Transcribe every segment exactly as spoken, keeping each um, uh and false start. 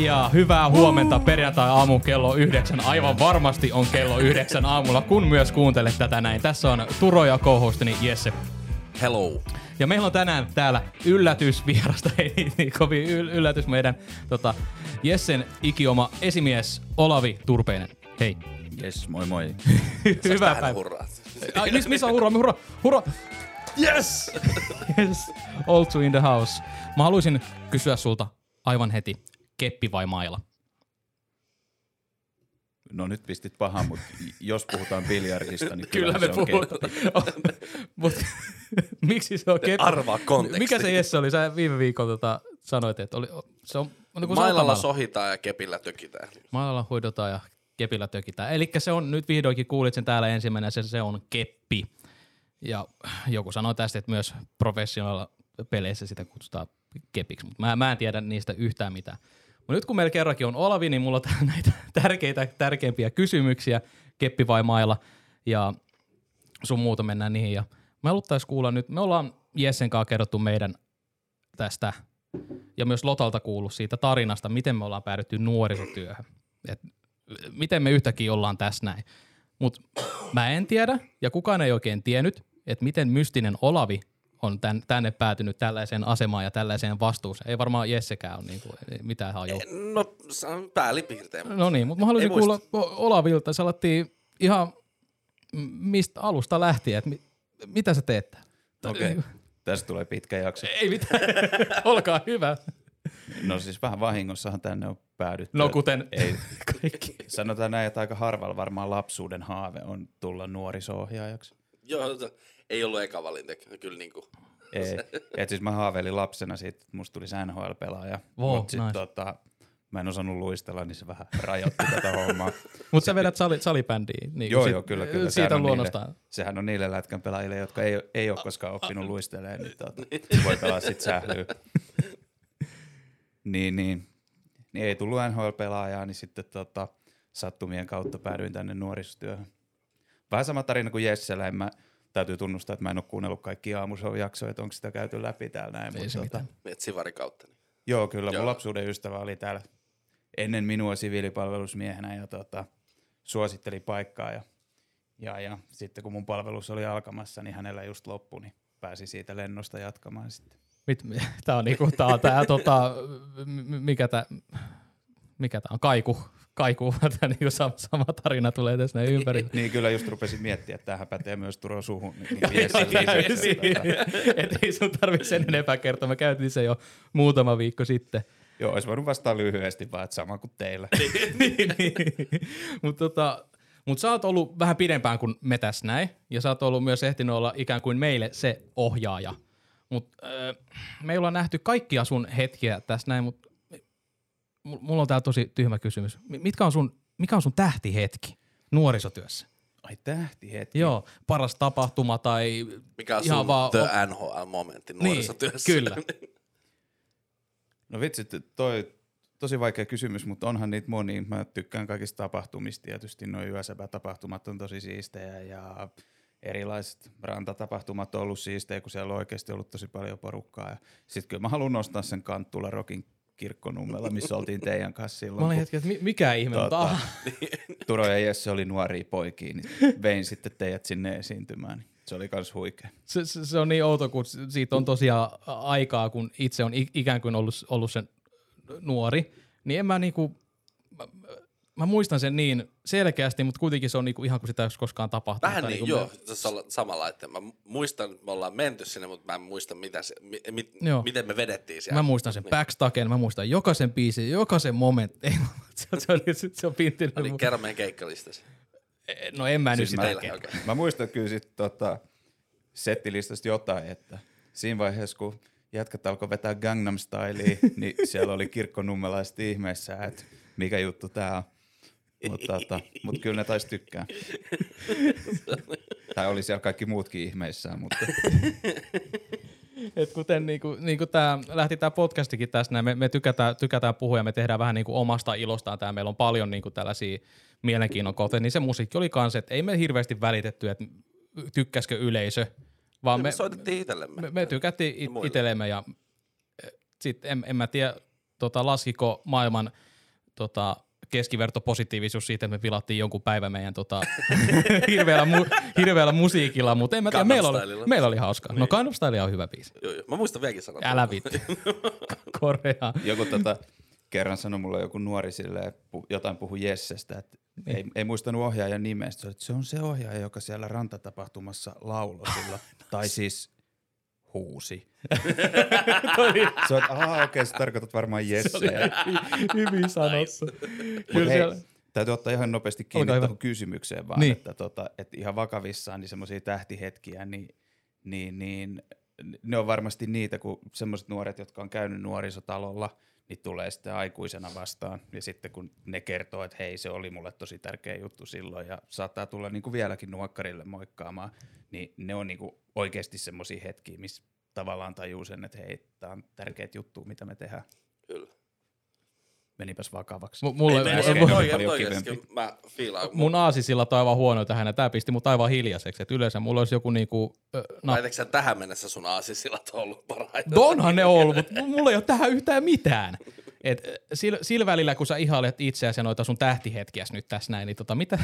Ja hyvää huomenta perjantai-aamu kello yhdeksän. Aivan varmasti on kello yhdeksän aamulla, kun myös kuuntelet tätä näin. Tässä on Turo ja co-hostini Jesse. Hello. Ja meillä on tänään täällä yllätysvierasta, ei niin kovin yl- yllätys, meidän tota, Jessen ikioma esimies Olavi Turpeinen. Hei. Jes, moi moi. Hyvää päivää. Hurraa. Ai, miss, missä on hurraa? Hurraa! Hurraa! Yes! Yes! Also in the house. Mä haluaisin kysyä sulta aivan heti, keppi vai maila? No nyt pistit pahan, mutta jos puhutaan biljardista, niin kyllä, kyllä me se on puhutaan. Mut miksi se on keppi? Arvaa konteksti. Mikä se Jesse oli? Sä viime viikolla tota, sanoit, että oli, se on... Niin Mailalla sohitaan ja kepillä tökitään. Mailalla huidotaan ja kepillä tökitään. Elikkä se on, nyt vihdoinkin kuulit sen täällä ensimmäinen, se, se on keppi. Ja joku sanoi tästä, että myös professionaalilla peleissä sitä kutsutaan kepiksi, mutta mä, mä en tiedä niistä yhtään mitään. Mutta nyt kun meillä kerrankin on Olavi, niin mulla on näitä tärkeitä, tärkeimpiä kysymyksiä, keppi vai mailla, ja sun muuta mennään niihin. Ja me haluttaisiin kuulla nyt, me ollaan Jessen kanssa kerrottu meidän tästä, ja myös Lotalta kuullut siitä tarinasta, miten me ollaan päädytty nuorisotyöhön. Et miten me yhtäkkiä ollaan tässä näin. Mutta mä en tiedä, ja kukaan ei oikein tiennyt, että miten mystinen Olavi on tän, tänne päätynyt tällaiseen asemaan ja tällaiseen vastuuseen. Ei varmaan Jessekään ole niinku, mitään hajua. No, se on päällipiirtein. No niin, mutta mä haluaisin kuulla Olavilta. Sä alettiin ihan mistä alusta lähtien, että mi, mitä sä teet? Okei, okay. Tästä tulee pitkä jakso. Ei mitään, olkaa hyvä. No siis vähän vahingossahan tänne on päädytty. No kuten ei, kaikki. Sanotaan näin, että aika harvalla varmaan lapsuuden haave on tulla nuoriso-ohjaajaksi. Joo, ei ollut eka valinta, kyllä niinku. Ei, et siis mä haaveilin lapsena siitä, että musta tulisi N H L-pelaaja, wow, mutta sit nice. tota, mä en osannut luistella, niin se vähän rajoitti tätä hommaa. Mutta sä vedät sali, salibändiä. Niin joo, sit, joo, kyllä, kyllä. Siitä on on luonnostaan. Niille, sehän on niille lätkän pelaajille, jotka ei, ei ole koskaan oppinut luistelemaan, niin tota, voi pelaa sit sählyä. niin, niin, niin ei tullut N H L-pelaajaa, niin sitten tota, sattumien kautta päädyin tänne nuorisotyöhön. Vähän sama tarina kuin Jessellä, en mä täytyy tunnustaa, että mä en ole kuunnellut kaikki aamushow-jaksoja, että onko sitä käyty läpi täällä näin. Ei se mutta, mitään. Meet Sivari kautta. Niin. Joo, kyllä. Joo. Mun lapsuuden ystävä oli täällä ennen minua siviilipalvelusmiehenä ja tota, suositteli paikkaa. Ja, ja, ja sitten kun mun palvelus oli alkamassa, niin hänellä just loppui, niin pääsi siitä lennosta jatkamaan sitten. Mit, tää on niinku, tää on tää tota, mikä tää, mikä tää on, kaiku. Kaikuu, tämä niin sama, sama tarina tulee tässä näin ympäri. Niin kyllä just rupesin miettiä, että tämähän pätee myös Turo suhun. Niin että ei sun tarvitse sen enempää kertoa, mä käytin sen jo muutama viikko sitten. Joo, olisi voinut vastaa lyhyesti vaan, että sama kuin teillä. niin, niin. Mutta tota, mut sä oot ollut vähän pidempään kuin me tässä näin, ja sä oot ollut myös ehtinyt olla ikään kuin meille se ohjaaja. Mutta äh, me ollaan nähty kaikkia sun hetkiä tässä näin, mutta mulla on täällä tosi tyhmä kysymys. Mitkä on sun, mikä on sun tähtihetki nuorisotyössä? Ai tähtihetki? Joo, paras tapahtuma tai mikä on ihan sun vaan the o- N H L-momentti nuorisotyössä? Niin, kyllä. No vitsi, toi tosi vaikea kysymys, mutta onhan niitä monia. Mä tykkään kaikista tapahtumista tietysti. Noin yösäpätapahtumat on tosi siistejä ja erilaiset rantatapahtumat on ollut siistejä, kun siellä on oikeasti ollut tosi paljon porukkaa. Sitten kyllä mä haluan nostaa sen Kanttula Rockin Kirkkonummella, missä oltiin teidän kanssa silloin. Mä olin hetki, että mikä ihme, tota, mutta Turo ja Jesse oli nuoria poikia, niin vein sitten teidät sinne esiintymään. Se oli kans huikea. Se, se, se on niin outo, kun siitä on tosiaan aikaa, kun itse on ikään kuin ollut, ollut sen nuori, niin en mä niinku, mä, mä muistan sen niin selkeästi, mutta kuitenkin se on niinku ihan kuin sitä ei olisi koskaan tapahtunut. Vähän niin, niinku joo, me... tässä on samalla, että mä muistan, että me ollaan menty sinne, mutta mä en muista, mitä se, mi, mi, miten me vedettiin siellä. Mä muistan sen niin. backstagen, mä muistan jokaisen biisin, jokaisen momentin. se, se, on, se on pintynyt. No niin, kerro meidän keikkalistasi. No en mä siis nyt mä, sitä. okay. Mä muistan kyllä sit tota, settilistasta jotain, että siinä vaiheessa, kun jätkät alkoi vetää Gangnam Stylea, niin siellä oli kirkkonummelaiset ihmeessä, että mikä juttu tää on. Mutta tota, mut kyllä ne taisi tykkää. Tai oli siellä kaikki muutkin ihmeissään, mutta... Et kuten niinku, niinku tää, lähti tää podcastikin tässä näin, me, me tykätään, tykätään puhua ja me tehdään vähän niinku omasta ilostaan tää, meillä on paljon niinku tällaisia mielenkiinnon kohteita, niin se musiikki oli kans, että ei me hirveästi välitetty, että tykkäskö yleisö, vaan me, me soitettiin itsellemme. Me, me tykättiin it, itsellemme ja sit en, en mä tiedä, tota, laskiko maailman tota, keskivertopositiivisuus siitä, että me pilattiin jonkun päivän meidän tota, hirveällä, mu- hirveällä musiikilla, mutta en mä tiedä, meillä oli, meillä oli hauskaa. Niin. No Kind of Style on hyvä biisi. Joo, joo. Mä muistan vieläkin sanoa. Älä vittu. Korea. Joku tota, kerran sanoi mulle joku nuori silleen, jotain puhui Jessestä, että niin. ei, ei muistanut ohjaajan nimestä. Se, se on se ohjaaja, joka siellä rantatapahtumassa lauloi sillä. Tai siis huusi. Se on, että aah okei, okay, sä tarkoitat varmaan Jesseä. Hyvin sanottu. Mut hei, täytyy ottaa ihan nopeasti kiinni tuohon kysymykseen vaan, niin. että, tota, että ihan vakavissaan niin semmoisia tähtihetkiä, niin, niin, niin ne on varmasti niitä, kun semmoiset nuoret, jotka on käynyt nuorisotalolla, niin tulee sitten aikuisena vastaan. Ja sitten kun ne kertoo, että hei, se oli mulle tosi tärkeä juttu silloin ja saattaa tulla niin kuin vieläkin nuokkarille moikkaamaan, niin ne on niin kuin oikeasti semmoisia hetkiä, missä tavallaan tajuu sen, että hei, tää on tärkeät juttu, mitä me tehdään. Kyllä. Menipäs vakavaksi. M- mulle, ei, ei, mulle, toi, toi, toi, mä fiilaan. Mun aasisillat on aivan huono tähän ja tää pisti mut aivan hiljaiseksi. Et yleensä mulla olisi joku niinku... Äh, Väitätkö sä tähän mennessä sun aasisillat on ollut parhaita? Onhan ne ollut, mutta mulla ei ole tähän yhtään mitään. Et sillä sil välillä, kun sä ihailet itseäsi ja noita sun tähtihetkiäs nyt tässä näin, niin tota mitä...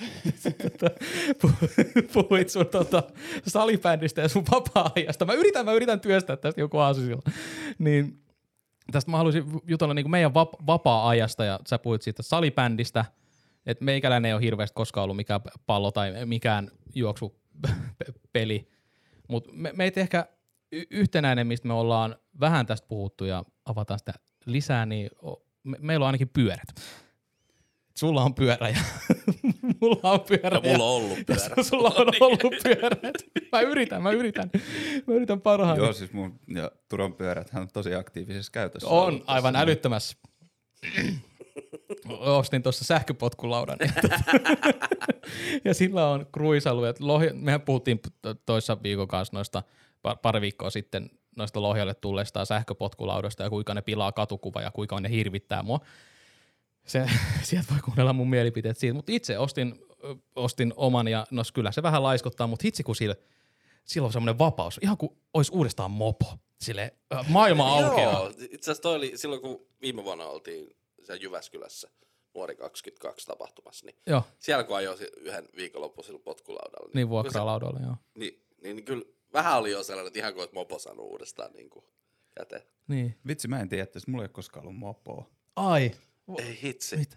Puhuit sun tota, salibändistä ja sun vapaa-ajasta. Mä yritän, mä yritän työstää tästä joku aasisilla. Niin... Tästä mä haluaisin jutella niin kuin meidän vap- vapaa-ajasta, ja sä puhuit siitä salibändistä, että meikäläinen ei ole hirveästi koskaan ollut mikään pallo tai mikään juoksupeli, mutta me, meitä ehkä y- yhtenäinen, mistä me ollaan vähän tästä puhuttu ja avataan sitä lisää, niin me, meillä on ainakin pyörät. Sulla on pyörä ja mulla on pyörä. Ja mulla on ollut pyörä. Sulla on ollut pyörät. Mä yritän, mä yritän. Mä yritän parhaani. Joo, siis mun ja Turon pyöräthän on tosi aktiivisessa käytössä. On, aivan älyttömässä. Ostin tuossa sähköpotkulaudan. Ja sillä on kruisailu. Mehän puhuttiin toissa viikon kanssa noista pari viikkoa sitten noista Lohjalle tulleista sähköpotkulaudoista ja kuinka ne pilaa katukuva ja kuinka ne hirvittää mua. Se, sieltä voi kuunnella mun mielipiteet siitä, mutta itse ostin, ostin oman ja no kyllä se vähän laiskottaa, mutta hitsi kun sillä, sillä on semmoinen vapaus, ihan kuin olisi uudestaan mopo, sille maailma aukeaa. Joo, itse asiassa toi oli silloin kun viime vuonna oltiin siellä Jyväskylässä Nuori kaksikymmentäkaksi tapahtumassa, niin joo. Siellä kun ajoi yhden viikonloppu sillä potkulaudalla. Niin, niin vuokralaudalla, joo. Niin, niin, niin kyllä vähän oli jo sellainen, että ihan kuin olisi mopo saanut uudestaan niin kuin käteen. Niin. Vitsi, mä en tiedä, että mulla ei ole koskaan ollut mopoa. Ai. Ei hitsi. Mitä?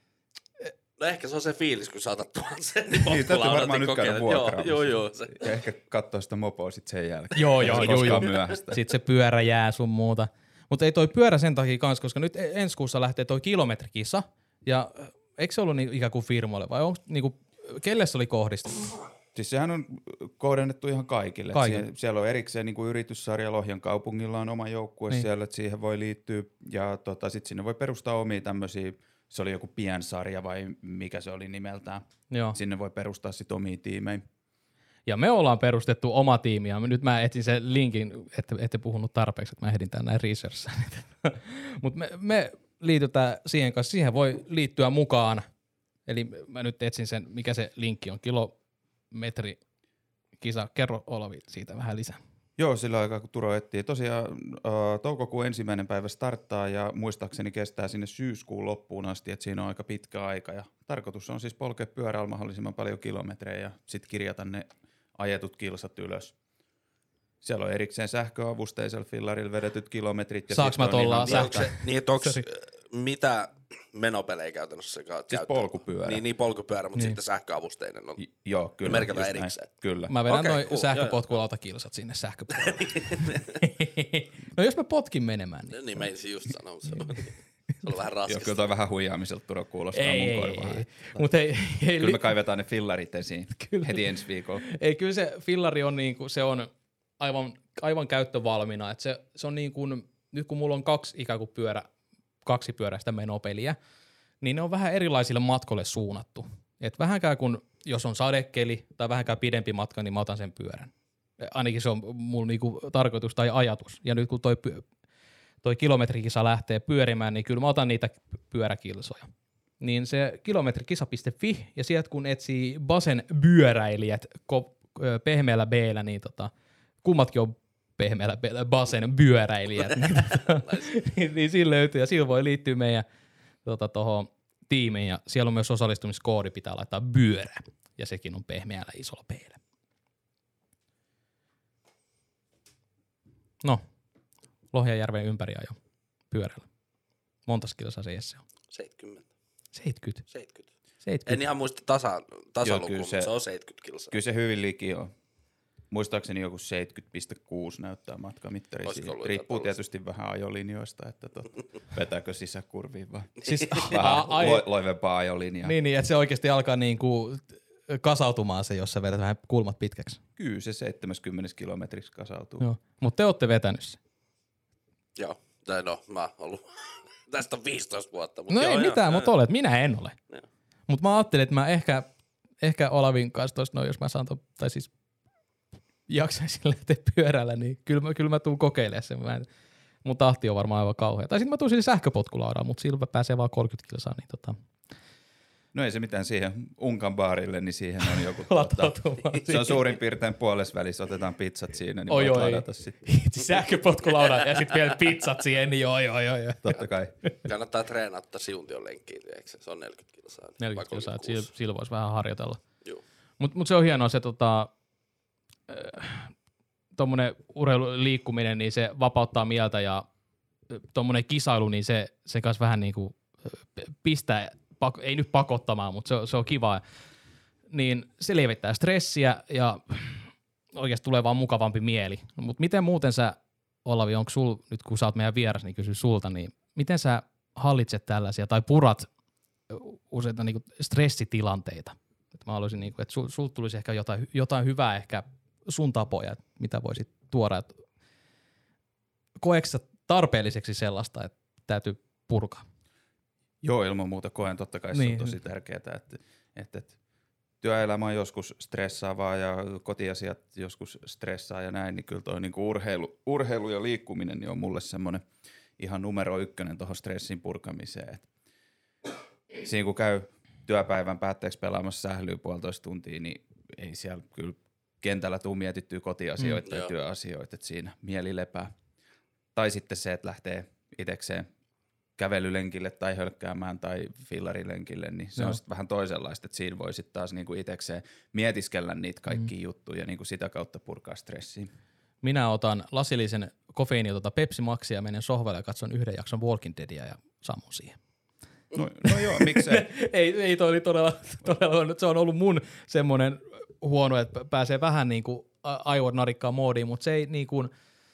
No ehkä se on se fiilis, kun saatat tuon sen. Niin, täytyy varmaan nyt käydä vuokraamassa. Joo, joo, joo. Se. Ja ehkä katsoa sitä mopoa sit sen jälkeen. Joo, joo, joo. joo. Myöhäistä. Sitten se pyörä jää sun muuta. Mutta ei toi pyörä sen takia kans, koska nyt ensi kuussa lähtee toi kilometrikisa. Ja eikö se ollut niinku ikään kuin firmoille vai onko niinku, kelle se oli kohdistettu? Siis sehän on kohdennettu ihan kaikille. kaikille. Sie- siellä on erikseen niin kuin yrityssarja, Lohjan kaupungilla on oma joukkue niin. siellä, että siihen voi liittyä. Ja tota, sitten sinne voi perustaa omia tämmöisiä, se oli joku piensarja vai mikä se oli nimeltään. Joo. Sinne voi perustaa sitten omia tiimejä. Ja me ollaan perustettu oma tiimi, ja nyt mä etsin sen linkin, että ette puhunut tarpeeksi, että mä ehdin tän näin researchissa. Mutta me, me liitytään siihen kanssa, siihen voi liittyä mukaan. Eli mä nyt etsin sen, mikä se linkki on, kilometri kisa. Kerro Olavi siitä vähän lisää. Joo, sillä aikaa kun Turo etsii. Tosiaan äh, toukokuun ensimmäinen päivä starttaa ja muistaakseni kestää sinne syyskuun loppuun asti, että siinä on aika pitkä aika. Ja tarkoitus on siis polkea pyörällä mahdollisimman paljon kilometrejä ja sitten kirjata ne ajetut kilsat ylös. Siellä on erikseen sähköavusteisella fillarilla vedetyt kilometrit. Ja saaks mä tuolla sähkö? Niin, että onks mitä menopelejä käytännössä käytetään? Siis polkupyörä. Niin, niin polkupyörä, mutta niin. sitten sähköavusteinen on. J- joo, kyllä. Merkitään erikseen. Näin. Kyllä. Mä vedän okay, noin cool. sähköpotkulautakilsat sinne sähköpuolelle. No jos mä potkin menemään. Niin, niin meinisin just sanoa, mutta se on, se on vähän raskasta. Joo, kyllä toi vähän huijaamiselta Turo kuulostaa ei, mun korvaan. Ei, mut ei, ei, kyllä me kaivetaan ne fillarit esiin kyllä. Heti ensi viikolla. Ei, kyllä se fillari on niinku, se on aivan, aivan käyttövalmiina. Et se, se on niin kuin, nyt kun mulla on kaksi ikään kuin pyörä, kaksi pyöräistä menopeliä, niin ne on vähän erilaisille matkoille suunnattu. Et vähänkään kun, jos on sadekeli tai vähänkään pidempi matka, niin mä otan sen pyörän. Ainakin se on mun niinku tarkoitus tai ajatus. Ja nyt kun toi, toi kilometrikisa lähtee pyörimään, niin kyllä mä otan niitä pyöräkilsoja. Niin se kilometrikisa piste fi, ja sieltä kun etsii Basen pyöräilijät pehmeällä B-llä, niin tota, kummatkin on pehmeällä B-llä Basen pyöräilijät. niin, niin, niin sillä löytyy, ja sillä voi liittyä meidän tota, tohon tiimiin ja siellä on myös osallistumiskoodi, pitää laittaa byörä ja sekin on pehmeällä isolla peillä. No, Lohjanjärven ympäri ajo pyörällä. Montas kilsaa se Jesse on? seitsemänkymmentä. seitsemänkymmentä. seitsemänkymmentä. seitsemänkymmentä. En ihan muista tasa, tasalukuun, Joo, mutta se, se on seitsemänkymmentä kilsaa. Kyllä se hyvin liki on. Muistaakseni joku seitsemänkymmentä pilkku kuusi näyttää matkamittari Olisiko siihen. ollut Riippuu jotain tietysti vähän ajolinjoista, että tot, vetääkö sisäkurviin vai Siis, vähän ai, lo, loivempaa ajolinjaa. niin, niin, että se oikeasti alkaa niinku kasautumaan se, jos sä vedät vähän kulmat pitkäksi. Kyllä se seitsemänkymmentä kilometriksi kasautuu. Joo. Mutta te ootte vetänyt se. Joo, tai no mä oon ollut, tästä on viisitoista vuotta. Mutta No joo, ei joo, mitään, mutta olet. Minä en ole. Joo. Mutta mä ajattelin, että mä ehkä, ehkä Olavin kanssa tois, no jos mä saan, to, tai siis jaksaisin lähteä pyörällä, niin kyllä mä, kyllä mä tuun kokeilemaan sen. Mä en, mun tahti on varmaan aivan kauhea. Tai sitten mä tuun sille sähköpotkulaudaan, mutta silloin pääsee vaan kolmekymmentä kilsaa, niin tota. No ei se mitään siihen Unkan baarille, niin siihen on joku Latautumaan. Se on suurin piirtein puolesvälissä, otetaan pizzat siinä, niin Oi, voit oi. ladata sitten. Sähköpotkulaudan ja sitten vielä pizzat siihen, niin joo, joo, joo. joo. Totta kai. Kannattaa treenata Siuntion lenkkiin, eikö se? Se on neljäkymmentä kilsaa. neljäkymmentä kilsaa, että sillä, sillä voisi vähän harjoitella. Joo. Mutta mut se on hienoa se tota, äh, tommonen urheiluliikkuminen, niin se vapauttaa mieltä ja tommonen kisailu, niin se, se kanssa vähän niinku pistää, pak, ei nyt pakottamaan, mutta se, se on kiva. Niin se lievittää stressiä ja oikeasti tulee vaan mukavampi mieli. No, mutta miten muuten sä, Olavi, onko sul, nyt kun sä oot meidän vieras, niin kysy sulta, niin miten sä hallitset tällaisia tai purat useita niinku stressitilanteita? Et mä haluaisin, niinku, että sul, sul tulisi ehkä jotain, jotain hyvää ehkä sun tapoja, että mitä voisit tuoda. Et koetko sä tarpeelliseksi sellaista, että täytyy purkaa? Joo, ilman muuta koen. Totta kai niin. Se on tosi tärkeää, että, että, että työelämä on joskus stressaavaa ja kotiasiat joskus stressaa ja näin, niin kyllä toi niinku urheilu, urheilu ja liikkuminen niin on mulle semmoinen ihan numero ykkönen tuohon stressin purkamiseen. Et siinä kun käy työpäivän päätteeksi pelaamassa sählyä puolitoista tuntia, niin ei siellä kyllä kentällä tule mietittyä kotiasioita mm, ja työasioita, että siinä mieli lepää. Tai sitten se, että lähtee itsekseen kävelylenkille tai hölkkäämään tai fillarilenkille, niin se Joo. on sitten vähän toisenlaista, että siinä voi sitten taas niinku itsekseen mietiskellä niitä kaikkia mm. juttuja ja niinku sitä kautta purkaa stressiä. Minä otan lasillisen kofeiinitonta Pepsi Maxia ja menen sohvalle ja katson yhden jakson Walking Deadia ja sammun siihen. No, no joo, miksei? ei, ei toi oli todella, todella, se on ollut mun semmoinen huono, että pääsee vähän niin kuin aivot narikkaan moodiin, mutta se ei niin kuin,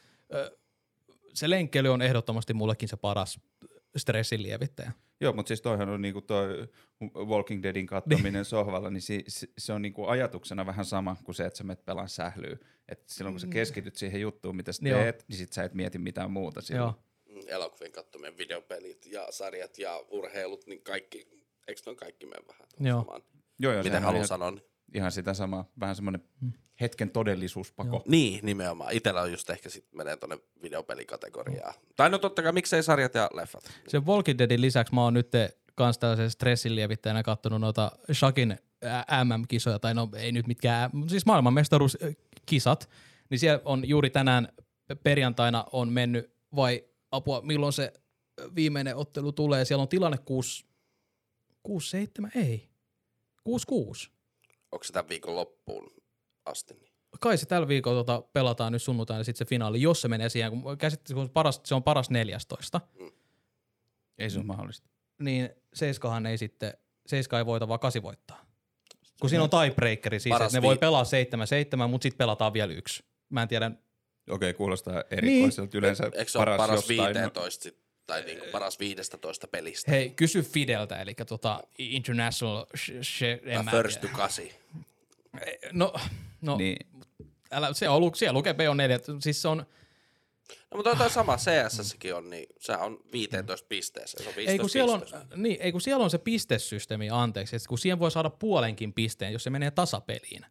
se lenkkeily on ehdottomasti mullekin se paras stressin lievittäjä. Joo, mutta siis toihan on niinku toi Walking Deadin katsominen sohvalla, niin se, se on niinku ajatuksena vähän sama kuin se, että sä menet pelaan sählyä. Että silloin kun sä keskityt siihen juttuun, mitä sä teet, Joo. niin sit sä et mieti mitään muuta silloin. Joo. Elokuvien katsominen, videopelit ja sarjat ja urheilut, niin kaikki, eikö ne kaikki mene vähän Joo. samaan? Joo, joo, miten haluan sanoa? Ihan sitä samaa, vähän semmoinen hmm. hetken todellisuuspako. Joo. Niin, nimenomaan. Itellä on just ehkä sit menee tonne videopelikategoriaan. Hmm. Tai no totta kai, miksei sarjat ja leffat? Sen Walking Deadin lisäksi mä oon nyt kans tällaisen stressin lievittäjänä kattonut noita Shakin M M-kisoja, tai no ei nyt mitkään, siis maailmanmestaruuskisat, niin siellä on juuri tänään perjantaina on mennyt, vai apua, milloin se viimeinen ottelu tulee, siellä on tilanne kuusi seitsemän, ei, kuusi kuusi. Onko se tämän viikon loppuun asti? Kai se tällä viikolla tota pelataan nyt sunnuntaina ja sitten se finaali, jos se menee siihen, kun käsittää, kun paras, se on paras neljästoista. Mm. Ei se ole mahdollista. Niin Seiskahan ei sitten, Seiska ei voita, vaan kasi voittaa. Kun siinä on tiebreakeri siis, että ne vi- voi pelaa seitsemän seitsemän, mutta sitten pelataan vielä yksi. Mä en tiedä. Okei, kuulostaa erikoiselta. Niin. Yleensä eikö se paras, paras jostain... viisitoista tai niinku paras viidestätoista pelistä? Hei, kysy Fideltä, eli tota International... Sh- sh- first to kasi. No, no niin. älä, se on, siellä lukee B on neljä, siis se on... No mutta toi sama C S-säkin on, niin sehän on viisitoista pisteessä. Se on ei, kun siellä on, niin, ei kun siellä on se pistesysteemi, anteeksi, että kun siihen voi saada puolenkin pisteen, jos se menee tasapeliin.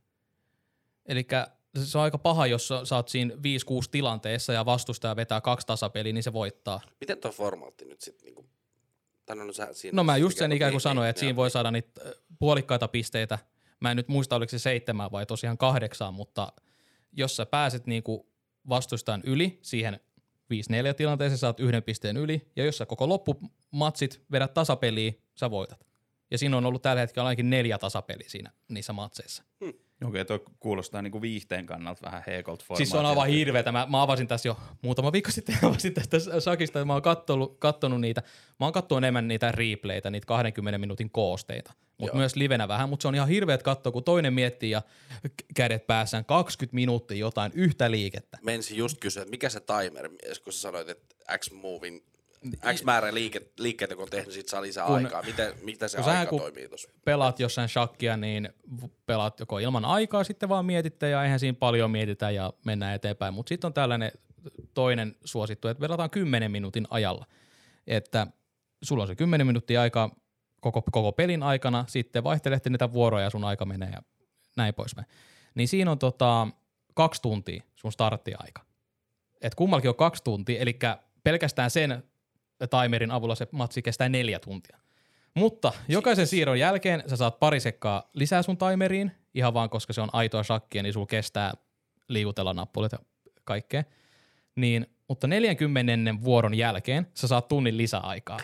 Elikkä se on aika paha, jos sä oot siinä viisi kuusi tilanteessa ja vastustaja vetää kaksi tasapeliä, niin se voittaa. Miten tuo formaatti nyt sitten niinku... No, sä, siinä no mä just sen ikään kuin sanoin, että siinä voi saada niitä puolikkaita pisteitä. Mä en nyt muista, oliko se seitsemän vai tosiaan kahdeksan, mutta jos sä pääset niinku vastustajan yli siihen viisi neljä tilanteeseen saat yhden pisteen yli, ja jos sä koko loppumatsit vedät tasapeliä, sä voitat. Ja siinä on ollut tällä hetkellä ainakin neljä tasapeliä siinä niissä matseissa. Hmm. Okei, toi kuulostaa niinku viihteen kannalta vähän heikolta formaatilta. Siis se on aivan hirveetä. Mä, mä avasin tässä jo muutama viikko sitten, avasin tästä Shakista, ja mä oon kattonut, kattonut niitä. Mä oon kattonut enemmän niitä replaytä, niitä kahdenkymmenen minuutin koosteita. Mutta myös livenä vähän, mutta se on ihan hirveet katsoa, kun toinen miettii ja kädet päässään kaksikymmentä minuuttia jotain yhtä liikettä. Mensin just kysyä, että mikä se timer, kun sä sanoit, että X-movin, X määrä liike, liikkeitä, kun on tehnyt, sit saa lisää kun, aikaa. Miten, miten se aika sä, toimii tuossa? Pelaat jossain shakkia, niin pelaat joko ilman aikaa, sitten vaan mietitte, ja eihän siinä paljon mietitä ja mennään eteenpäin. Mutta sitten on tällainen toinen suosittu, että pelataan kymmenen minuutin ajalla. Että sulla on se kymmenen minuuttia aikaa koko, koko pelin aikana, sitten vaihtelette niitä vuoroja ja sun aika menee ja näin poispäin. Niin siinä on tota, kaksi tuntia sun starttiaika. Et kummallakin on kaksi tuntia, eli pelkästään sen timerin avulla se matsi kestää neljä tuntia. Mutta jokaisen siirron jälkeen sä saat pari sekkaa lisää sun timeriin, ihan vaan koska se on aitoa shakkia, niin sulla kestää liikutella nappulit ja kaikkea. Niin, mutta neljänkymmenennen vuoron jälkeen sä saat tunnin lisäaikaa.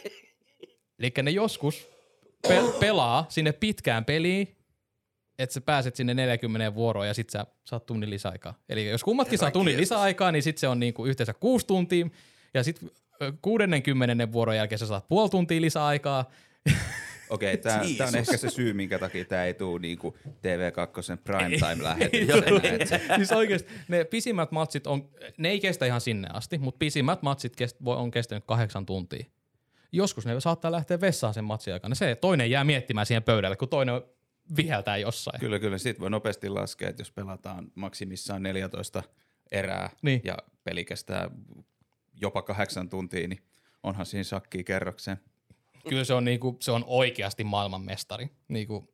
Elikkä ne joskus pe- pelaa sinne pitkään peliin, että sä pääset sinne neljäkymmeneen vuoroon ja sit sä saat tunnin lisäaikaa. Eli jos kummatkin saa tunnin lisäaikaa, niin sit se on niinku yhteensä kuusi tuntia, ja sit kuudennenkymmenennen vuoron jälkeen sä saat puoli tuntia lisäaikaa. Okei, tää, tää on ehkä se syy, minkä takia tää ei tuu niinku T V kaksi primetime-lähetyksenä. Siis oikeesti ne pisimmät matsit on, ne ei kestä ihan sinne asti, mutta pisimmät matsit kest, on kestänyt kahdeksan tuntia. Joskus ne saattaa lähteä vessaan sen matsin aikana. Se toinen jää miettimään siihen pöydälle, kun toinen viheltää jossain. Kyllä, kyllä. Sitten voi nopeasti laskea, että jos pelataan maksimissaan neljätoista erää niin. ja peli kestää jopa kahdeksan tuntia, niin onhan siinä shakkia kerrokseen. Kyllä se on, niinku, se on oikeasti maailmanmestari. Niinku.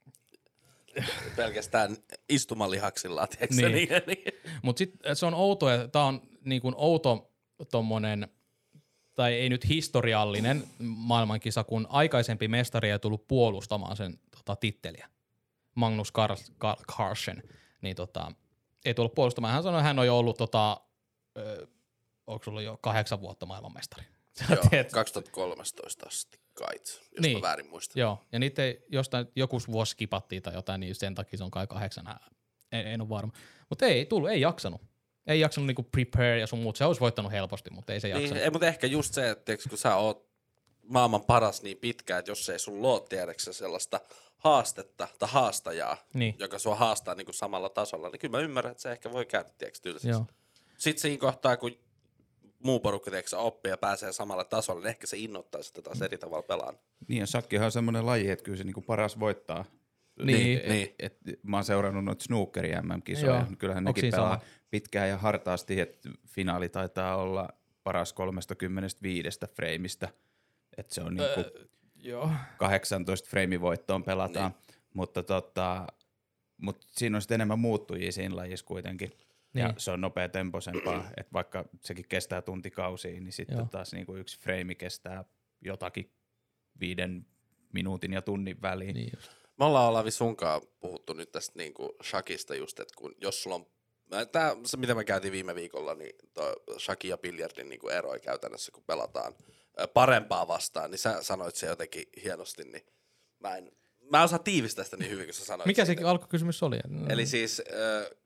Pelkästään istumalihaksilla, tiedätkö niin. niin, niin. Mutta sitten se on outo, että tämä on niinku outo tommonen, tai ei nyt historiallinen maailmankisa, kun aikaisempi mestari ei tullut puolustamaan sen tota, titteliä. Magnus Carl- Carl- Carlsen, niin tota, ei tullut puolustamaan. Hän sanoi, että hän on jo ollut, tota, ö, onko sulla jo kahdeksan vuotta maailmanmestari? Joo, kaksituhattakolmetoista asti kait, jos niin. mä väärin muistan. Joo, ja niitä ei jostain, joku vuosi skipattiin tai jotain, niin sen takia se on kai kahdeksan, en, en ole varma. Mutta ei tullut, ei jaksanut. Ei jaksanut niinku prepare ja sun muut. Se olisi voittanut helposti, mutta ei se jaksanut. Niin, ei, mutta ehkä just se, että kun sä oot maailman paras niin pitkään, että jos ei sun loo tiedäksä sellaista haastetta tai haastajaa, niin. joka sua haastaa niinku samalla tasolla, niin kyllä mä ymmärrän, että se ehkä voi käydä tiedäksä tylsäksi. Sitten siinä kohtaa, kun muu porukka tiedäksä oppii ja pääsee samalle tasolle, niin ehkä se innoittaa sitä taas eri tavalla pelaan. Niin, ja shakkihan on semmoinen laji, että kyllä se niinku paras voittaa. Niin. Et, niin. Et, et, mä oon seurannut noita snookeria M M-kisoja. Kyllähän nekin pelaa sama? pitkään ja hartaasti, että finaali taitaa olla paras kolmekymmentäviisi freimistä. Että se on niinku öö, kahdeksantoista freimivoittoon pelataan. Niin. Mutta tota, mut siinä on sitten enemmän muuttujia siinä lajissa kuitenkin. Niin. Ja se on nopeatempoisempaa, että vaikka sekin kestää tuntikausia, niin sitten Joo. taas niinku yksi freimi kestää jotakin viiden minuutin ja tunnin väliin. Niin. Me ollaan Olavi sunkaan puhuttu nyt tästä niinku shakista just, että kun jos sulla on, tää, se mitä me käytiin viime viikolla, niin shakin ja biljardin niinku eroi käytännössä, kun pelataan parempaa vastaan, niin sä sanoit se jotenkin hienosti, niin mä en, mä en osaa tiivistää sitä niin hyvin, kun sä sanoit. Mikä se alkukysymys oli? Eli siis äh,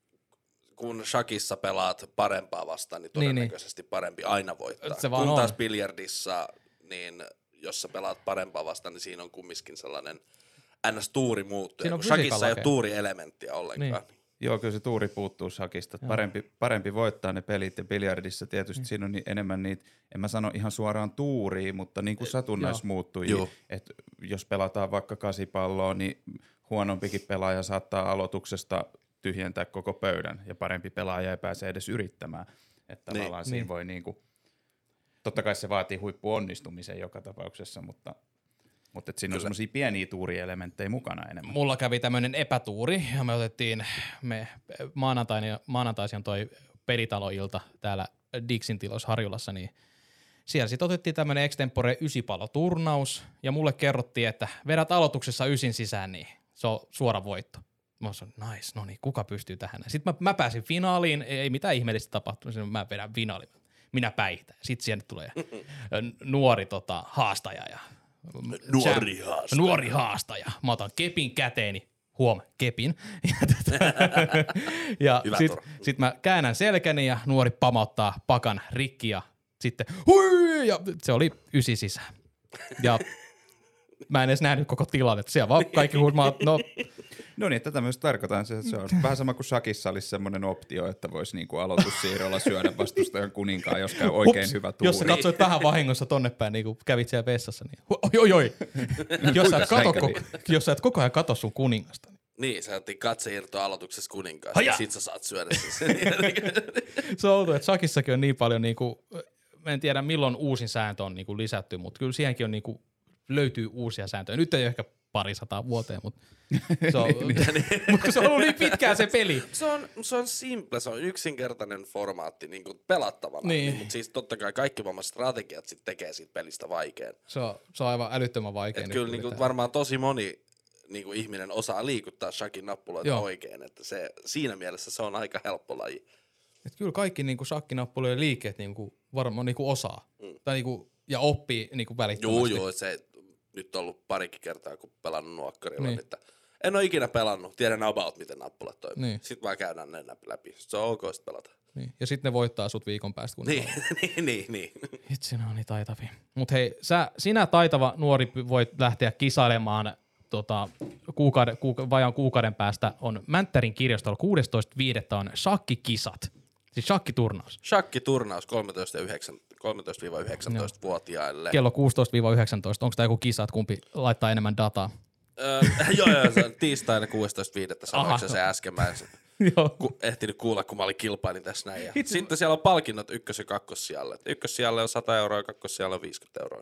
kun shakissa pelaat parempaa vastaan, niin todennäköisesti niin, parempi aina voittaa. Se kun taas biljardissa, niin jos sä pelaat parempaa vastaan, niin siinä on kumminkin sellainen ns-tuuri muuttuu. Shakissa ei ole tuurielementtiä ollenkaan. Niin. Joo, kyllä se tuuri puuttuu shakista. Parempi, parempi voittaa ne pelit ja biljardissa tietysti niin. Siinä on enemmän niitä, en mä sano ihan suoraan tuuria, mutta niin kuin satunnaismuuttujia. Että jos pelataan vaikka kasipalloa, niin huonompikin pelaaja saattaa aloituksesta tyhjentää koko pöydän ja parempi pelaaja ei pääse edes yrittämään. Että niin. tavallaan siinä niin. voi niinku, totta kai se vaatii huippuonnistumisen joka tapauksessa, mutta Mutta siinä on semmoisia pieniä tuurielementtejä mukana enemmän. Mulla kävi tämmöinen epätuuri ja me otettiin, me maanantaisin toi pelitaloilta täällä Dixin tiloissa Harjulassa, niin siellä sitten otettiin tämmöinen extempore ysipalloturnaus ja mulle kerrottiin, että vedät aloituksessa ysin sisään, niin se on suora voitto. Mä sanoin, nice, no niin, kuka pystyy tähän? Sitten mä, mä pääsin finaaliin, ei mitään ihmeellistä tapahtunut, mä vedän finaaliin. Minä päihtän. Sitten siihen tulee nuori tota, haastaja. Ja, nuori haastaja. Nuori haastaja. Mä otan kepin käteeni. Huom, kepin. ja sitten sit mä käännän selkäni ja nuori pamauttaa pakan rikki ja sitten hui, ja se oli ysi sisään. Ja mä en edes nähnyt koko tilannetta. Siellä vaan kaikki huusimaan, no... No niin, tätä myös tarkoitan. Se, se on vähän sama kuin shakissa olisi semmoinen optio, että voisi niinku aloitussiirrolla syödä vastustajan kuninkaan, jos käy oikein Ups, hyvä tuuri. Jos sä katsoit vähän vahingossa tonne päin, niin kuin kävit siellä vessassa, niin oi, oi, oi. jos, sä et kato, koko, jos sä et koko ajan katso sun kuningasta. Niin, sä otin katseirtoa aloituksessa kuninkaasta, ja sit sä saat syödä sen. Se on outo, että shakissakin on niin paljon, niinku, en tiedä milloin uusin sääntö on niinku lisätty, mutta kyllä siihenkin on niinku, löytyy uusia sääntöjä. Nyt ei ole ehkä pari sataa vuoteen, mutta se on, mutta se on ollut niin pitkään se peli. Se on, se on simple, se on yksinkertainen formaatti niin kuin pelattavana, niin. Niin, mutta siis totta kai kaikki maailman strategiat sit tekee siitä pelistä vaikean. Se on, se on aivan älyttömän vaikea. Et kyllä niin kuin varmaan tosi moni niin kuin ihminen osaa liikuttaa shakin nappuloita Joo. oikein, että se, siinä mielessä se on aika helppo laji. Et kyllä kaikki niin kuin shakkinappuloiden liikkeet niin kuin varmaan niin kuin osaa mm. tai niin kuin, ja oppii niin kuin välittömästi. Joo, joo, se nyt on ollut parikin kertaa, kun pelannut nuokkarilla, niin. Että en ole ikinä pelannut, tiedän about, miten nappulat toimii. Niin. Sitten vaan käydään ne läpi. Se on ok sit pelata. Niin. Ja sitten ne voittaa sut viikon päästä. Kun niin, niin, niin, niin. Itse ne on niin taitavia. Mut hei, sä, sinä taitava nuori voit lähteä kisailemaan tota, kuukauden, kuuka, vajaan kuukauden päästä on Mäntterin kirjastolla kuudestoista viidettä on shakkikisat. Siis shakkiturnaus. Shakkiturnaus kolmetoista yhdeksäntoista-vuotiaille. Kello kuusitoista yhdeksäntoista. Onko tämä joku kisa, että kumpi laittaa enemmän dataa? Öö, joo, joo, se on tiistaina kuudestoista viidettä sanoiko se äsken. Mä en ku, ehtinyt kuulla, kun mä olin kilpailin tässä näin. Ja sitten siellä on palkinnot ykkös- ja kakkossijalle. Ykkössijalle on sata euroa ja kakkossijalle on viisikymmentä euroa.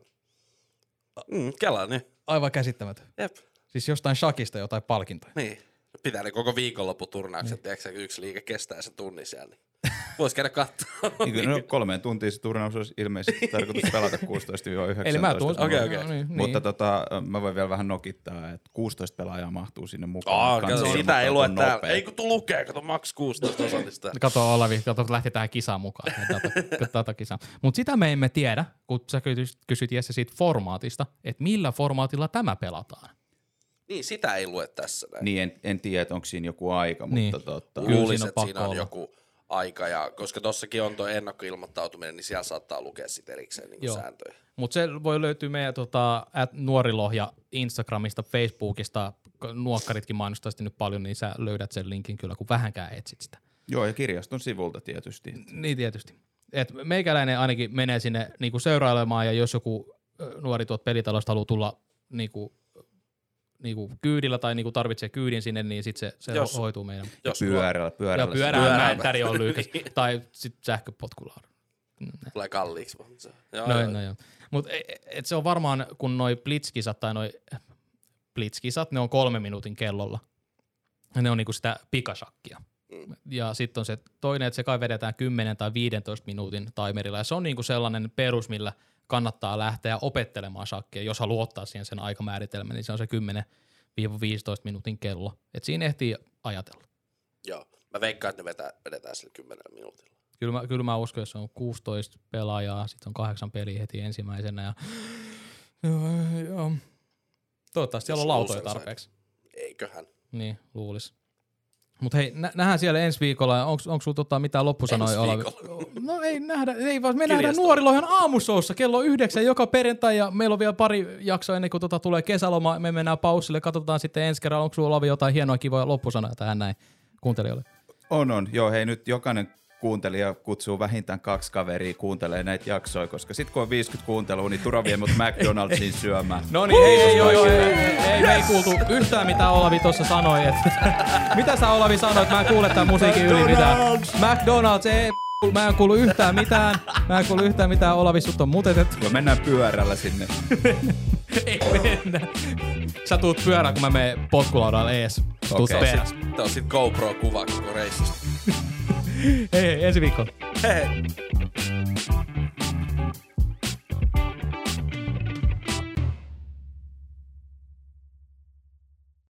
Mm, Kela nyt. Aivan käsittämätön. Jep. Siis jostain shakista jotain palkintoja. Niin. Pitää ne koko viikonlopputurnaukset, tiedätkö, yksi liike kestää se tunnin siellä. Niin. Vois käydä katsoa. Niin, no, kolmeen tuntiin se turnaus olisi ilmeisesti tarkoitus pelata kuusitoista yhdeksäntoista. Eli mä tuun. Okei, okei. Niin, Mutta tota, mä voin vielä vähän nokittaa, että kuusitoista pelaajaa mahtuu sinne mukaan. Aa, kato, sitä ei lue täällä. Ei kun tuu lukee, kato maks kuusitoista osallista. Kato Olavi, kato lähti tähän kisaan mukaan. Data, kisaan. Mutta sitä me emme tiedä, kun sä kysyt Jesse siitä formaatista, että millä formaatilla tämä pelataan. Niin, sitä ei lue tässä näin. Niin, en, en tiedä, että onko siinä joku aika, niin. mutta totta. Luulisin, että siinä on olla. Joku aika, ja koska tossakin on tuo ennakkoilmoittautuminen, niin siellä saattaa lukea sit erikseen niin sääntöjä. Mutta se voi löytyä meidän tota, nuorilohja Instagramista, Facebookista, nuokkaritkin mainostaa nyt paljon, niin sä löydät sen linkin kyllä, kun vähänkään etsit sitä. Joo, ja kirjaston sivulta tietysti. Niin tietysti. Et meikäläinen ainakin menee sinne niinku seurailemaan, ja jos joku nuori tuot pelitalosta haluaa tulla niinku niinku kyydillä tai niinku tarvitsee kyydin sinne, niin sit se, se jos, hoituu meidän. Jos pyörällä, pyörällä. Ja pyörällä Mänttäri on lyhykäs. Tai sit sähköpotkulla. Tulee kalliiksi. Joo, no, joo. No, joo. Mut et se on varmaan, kun noi blitzkisat tai noi blitzkisat, ne on kolme minuutin kellolla. Ne on niinku sitä pikashakkia. Mm. Ja sitten on se toinen, että se kai vedetään kymmenen tai viidentoista minuutin timerilla. Ja se on niinku sellainen perus, millä kannattaa lähteä opettelemaan shakkia, jos haluaa ottaa siihen sen aikamääritelmän, niin se on se kymmenen viisitoista minuutin kello. Et siinä ehtii ajatella. Joo, mä veikkaan, että ne vetää, vedetään sillä kymmenen minuutilla. Kyllä mä, kyllä mä uskon, että se on kuusitoista pelaajaa, sitten on kahdeksan peliä heti ensimmäisenä. Ja joo, joo. Toivottavasti siellä on lautoja tarpeeksi. Eiköhän. Niin, luulis. Mut hei, nä- nähdään siellä ensi viikolla. Onko sulla tota mitään loppusanoja? No ei nähdä, ei vaan me nähdään Nuorilohjan aamushowssa kello yhdeksän joka perjantai ja meillä on vielä pari jaksoa ennen kuin tota tulee kesäloma. Me mennään paussille, katsotaan sitten ensi kerralla. Onko sulla Olavi jotain hienoa kivoja loppusanoja tähän näin kuuntelijoille? On, on. Joo, hei nyt jokainen kuuntelija kutsuu vähintään kaksi kaveria kuuntelemaan näitä jaksoja, koska sit kun on viisikymmentä kuuntelua, niin Tura vie mut McDonald'siin syömään. No niin, hei, hei, joo, joo, ei, ei, me ei kuultu yhtään mitä Olavi tuossa sanoi. Et, mitä sä Olavi sanoit? Mä en kuule tämän musiikin yli mitään. McDonald's, ei, mä en kuulu yhtään mitään. Mä en kuulu yhtään mitään, Olavi sut on mutetettu. Joo, mennään pyörällä sinne. Ei mennä. Sä tuut pyörään, kun mä menen potkulaudalla ees. Tuut Okei. peräs. Tää on sit GoPro-kuva koko reissusta. Hei, hei, ensi viikkoon. Hei.